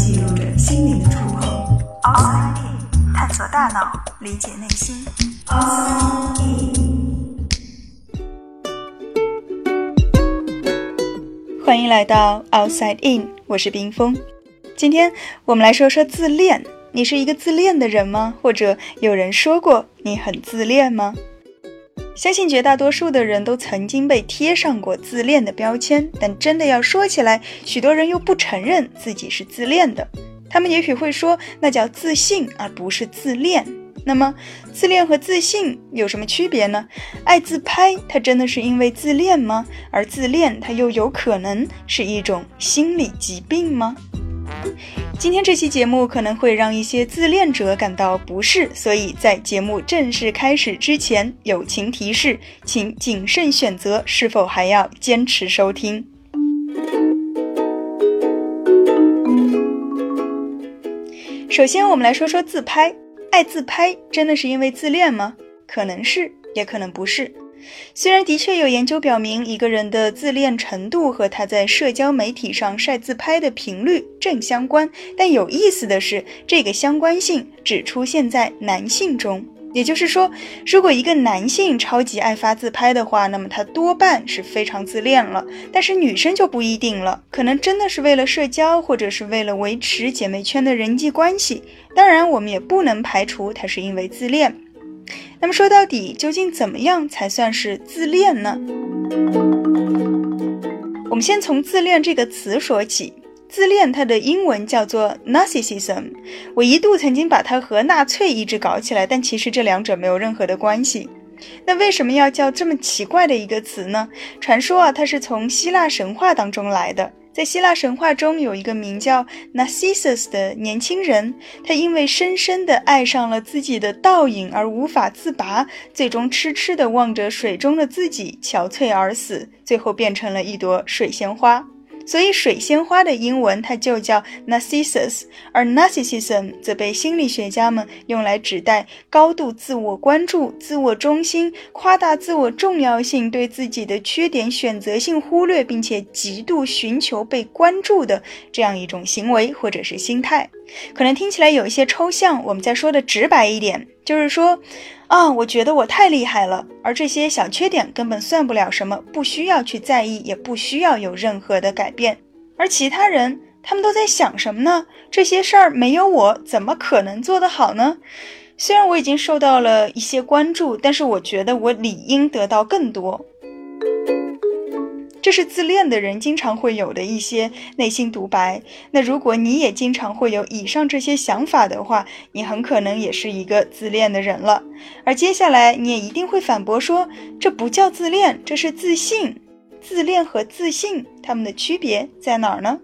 记录着心灵的触碰。Outside In， 探索大脑，理解内心。Outside In， 欢迎来到 Outside In， 我是冰峰。今天我们来说说自恋。你是一个自恋的人吗？或者有人说过你很自恋吗？相信绝大多数的人都曾经被贴上过自恋的标签，但真的要说起来，许多人又不承认自己是自恋的。他们也许会说那叫自信，而不是自恋。那么自恋和自信有什么区别呢？爱自拍它真的是因为自恋吗？而自恋它又有可能是一种心理疾病吗？今天这期节目可能会让一些自恋者感到不适，所以在节目正式开始之前，友情提示，请谨慎选择是否还要坚持收听。首先我们来说说自拍。爱自拍真的是因为自恋吗？可能是，也可能不是。虽然的确有研究表明一个人的自恋程度和他在社交媒体上晒自拍的频率正相关，但有意思的是，这个相关性只出现在男性中。也就是说，如果一个男性超级爱发自拍的话，那么他多半是非常自恋了。但是女生就不一定了，可能真的是为了社交，或者是为了维持姐妹圈的人际关系。当然我们也不能排除他是因为自恋。那么说到底，究竟怎么样才算是自恋呢？我们先从自恋这个词说起。自恋它的英文叫做 narcissism， 我一度曾经把它和纳粹一直搞起来，但其实这两者没有任何的关系。那为什么要叫这么奇怪的一个词呢？传说它是从希腊神话当中来的。在希腊神话中有一个名叫 Narcissus 的年轻人，他因为深深地爱上了自己的倒影而无法自拔，最终痴痴地望着水中的自己憔悴而死，最后变成了一朵水仙花。所以水仙花的英文它就叫 Narcissus， 而 Narcissism 则被心理学家们用来指代高度自我关注、自我中心、夸大自我重要性、对自己的缺点选择性忽略，并且极度寻求被关注的这样一种行为或者是心态。可能听起来有一些抽象，我们再说的直白一点，就是说我觉得我太厉害了，而这些小缺点根本算不了什么，不需要去在意，也不需要有任何的改变。而其他人，他们都在想什么呢？这些事儿没有我，怎么可能做得好呢？虽然我已经受到了一些关注，但是我觉得我理应得到更多。这是自恋的人经常会有的一些内心独白。那如果你也经常会有以上这些想法的话，你很可能也是一个自恋的人了。而接下来你也一定会反驳说，这不叫自恋，这是自信。自恋和自信，它们的区别在哪儿呢？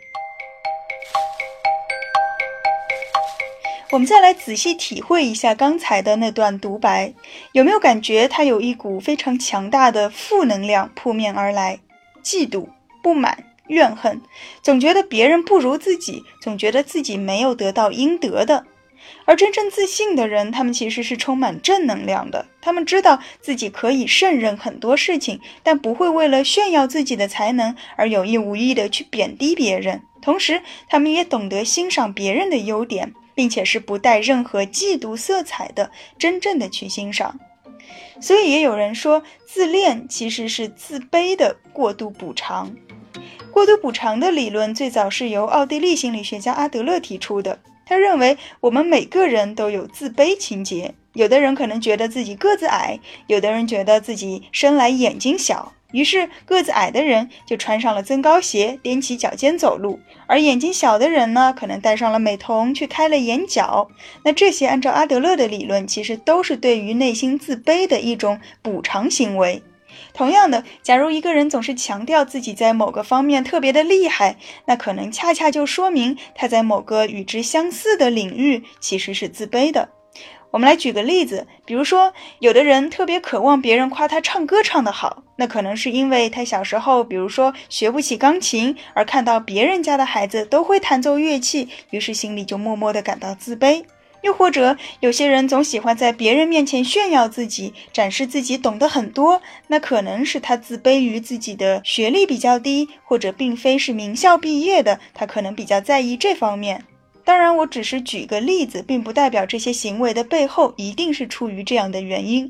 我们再来仔细体会一下刚才的那段独白，有没有感觉它有一股非常强大的负能量扑面而来？嫉妒、不满、怨恨，总觉得别人不如自己，总觉得自己没有得到应得的。而真正自信的人，他们其实是充满正能量的，他们知道自己可以胜任很多事情，但不会为了炫耀自己的才能而有意无意的去贬低别人，同时他们也懂得欣赏别人的优点，并且是不带任何嫉妒色彩的真正的去欣赏。所以也有人说，自恋其实是自卑的过度补偿。过度补偿的理论最早是由奥地利心理学家阿德勒提出的。他认为我们每个人都有自卑情节，有的人可能觉得自己个子矮，有的人觉得自己生来眼睛小，于是个子矮的人就穿上了增高鞋，踮起脚尖走路，而眼睛小的人呢，可能戴上了美瞳，去开了眼角。那这些按照阿德勒的理论，其实都是对于内心自卑的一种补偿行为。同样的，假如一个人总是强调自己在某个方面特别的厉害，那可能恰恰就说明他在某个与之相似的领域其实是自卑的。我们来举个例子，比如说有的人特别渴望别人夸他唱歌唱得好，那可能是因为他小时候比如说学不起钢琴，而看到别人家的孩子都会弹奏乐器，于是心里就默默地感到自卑。 又或者有些人总喜欢在别人面前炫耀自己，展示自己懂得很多，那可能是他自卑于自己的学历比较低，或者并非是名校毕业的，他可能比较在意这方面。当然，我只是举个例子，并不代表这些行为的背后一定是出于这样的原因。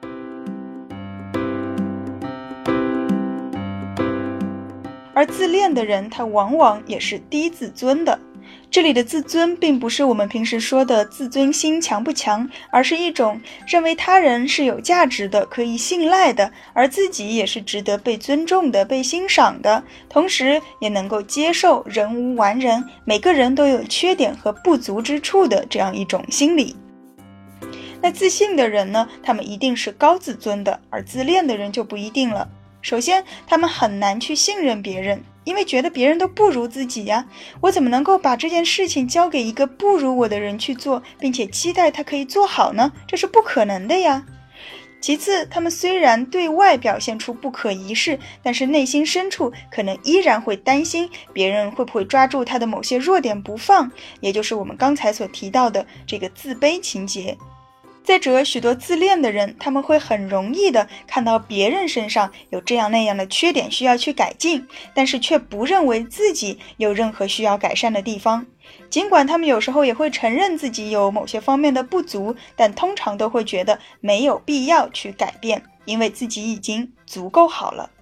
而自恋的人，他往往也是低自尊的。这里的自尊并不是我们平时说的自尊心强不强，而是一种认为他人是有价值的，可以信赖的，而自己也是值得被尊重的，被欣赏的，同时也能够接受人无完人，每个人都有缺点和不足之处的这样一种心理。那自信的人呢，他们一定是高自尊的，而自恋的人就不一定了。首先，他们很难去信任别人，因为觉得别人都不如自己呀，我怎么能够把这件事情交给一个不如我的人去做，并且期待他可以做好呢？这是不可能的呀。其次，他们虽然对外表现出不可一世，但是内心深处可能依然会担心别人会不会抓住他的某些弱点不放，也就是我们刚才所提到的这个自卑情节。再者，许多自恋的人，他们会很容易的看到别人身上有这样那样的缺点需要去改进，但是却不认为自己有任何需要改善的地方。尽管他们有时候也会承认自己有某些方面的不足，但通常都会觉得没有必要去改变，因为自己已经足够好了。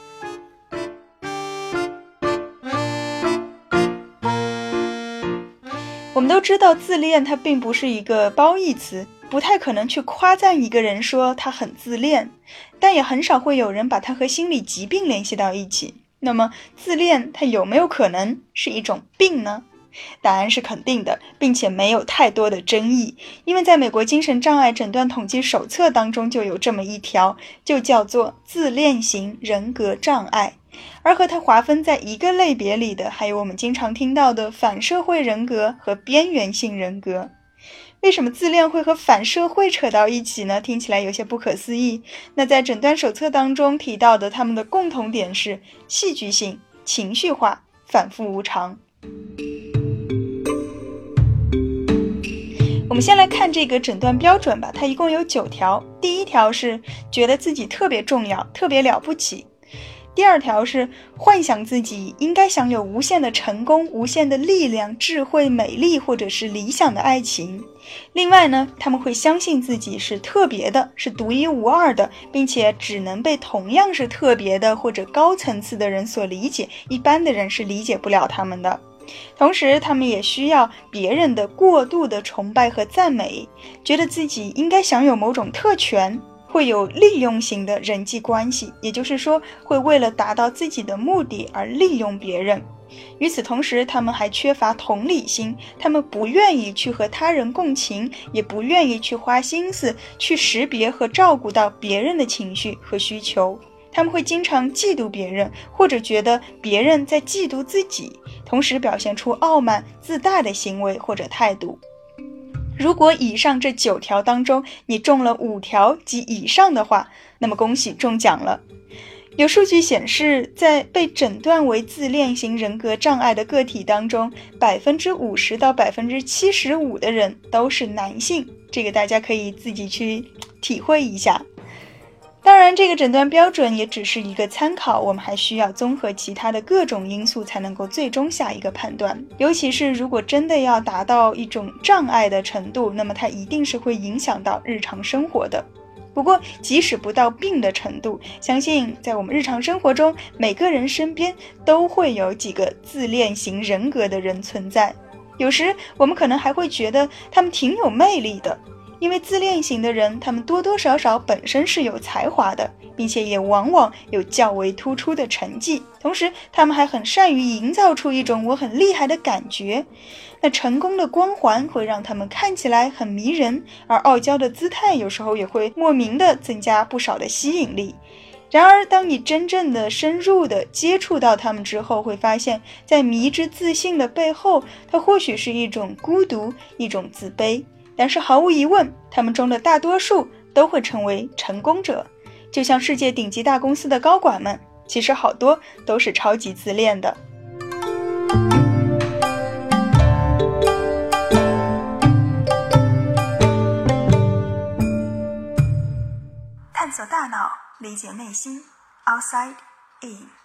我们都知道，自恋它并不是一个褒义词，不太可能去夸赞一个人说他很自恋，但也很少会有人把他和心理疾病联系到一起。那么自恋它有没有可能是一种病呢？答案是肯定的，并且没有太多的争议，因为在美国精神障碍诊断统计手册当中就有这么一条，就叫做自恋型人格障碍。而和它划分在一个类别里的，还有我们经常听到的反社会人格和边缘性人格。为什么自恋会和反社会扯到一起呢？听起来有些不可思议。那在诊断手册当中提到的，他们的共同点是戏剧性、情绪化、反复无常。我们先来看这个诊断标准吧，它一共有9条。第一条是觉得自己特别重要，特别了不起。第二条是幻想自己应该享有无限的成功、无限的力量、智慧、美丽或者是理想的爱情。另外呢，他们会相信自己是特别的，是独一无二的，并且只能被同样是特别的或者高层次的人所理解，一般的人是理解不了他们的。同时，他们也需要别人的过度的崇拜和赞美，觉得自己应该享有某种特权，会有利用型的人际关系，也就是说，会为了达到自己的目的而利用别人。与此同时，他们还缺乏同理心，他们不愿意去和他人共情，也不愿意去花心思去识别和照顾到别人的情绪和需求。他们会经常嫉妒别人，或者觉得别人在嫉妒自己，同时表现出傲慢、自大的行为或者态度。如果以上这9条当中你中了5条及以上的话，那么恭喜中奖了。有数据显示，在被诊断为自恋型人格障碍的个体当中，50%到75%的人都是男性，这个大家可以自己去体会一下。当然，这个诊断标准也只是一个参考，我们还需要综合其他的各种因素才能够最终下一个判断。尤其是如果真的要达到一种障碍的程度，那么它一定是会影响到日常生活的。不过即使不到病的程度，相信在我们日常生活中，每个人身边都会有几个自恋型人格的人存在。有时我们可能还会觉得他们挺有魅力的，因为自恋型的人，他们多多少少本身是有才华的，并且也往往有较为突出的成绩，同时他们还很善于营造出一种我很厉害的感觉。那成功的光环会让他们看起来很迷人，而傲娇的姿态有时候也会莫名的增加不少的吸引力。然而当你真正的深入的接触到他们之后，会发现在迷之自信的背后，它或许是一种孤独，一种自卑。但是毫无疑问，他们中的大多数都会成为成功者，就像世界顶级大公司的高管们，其实好多都是超级自恋的。 理解内心 outside in。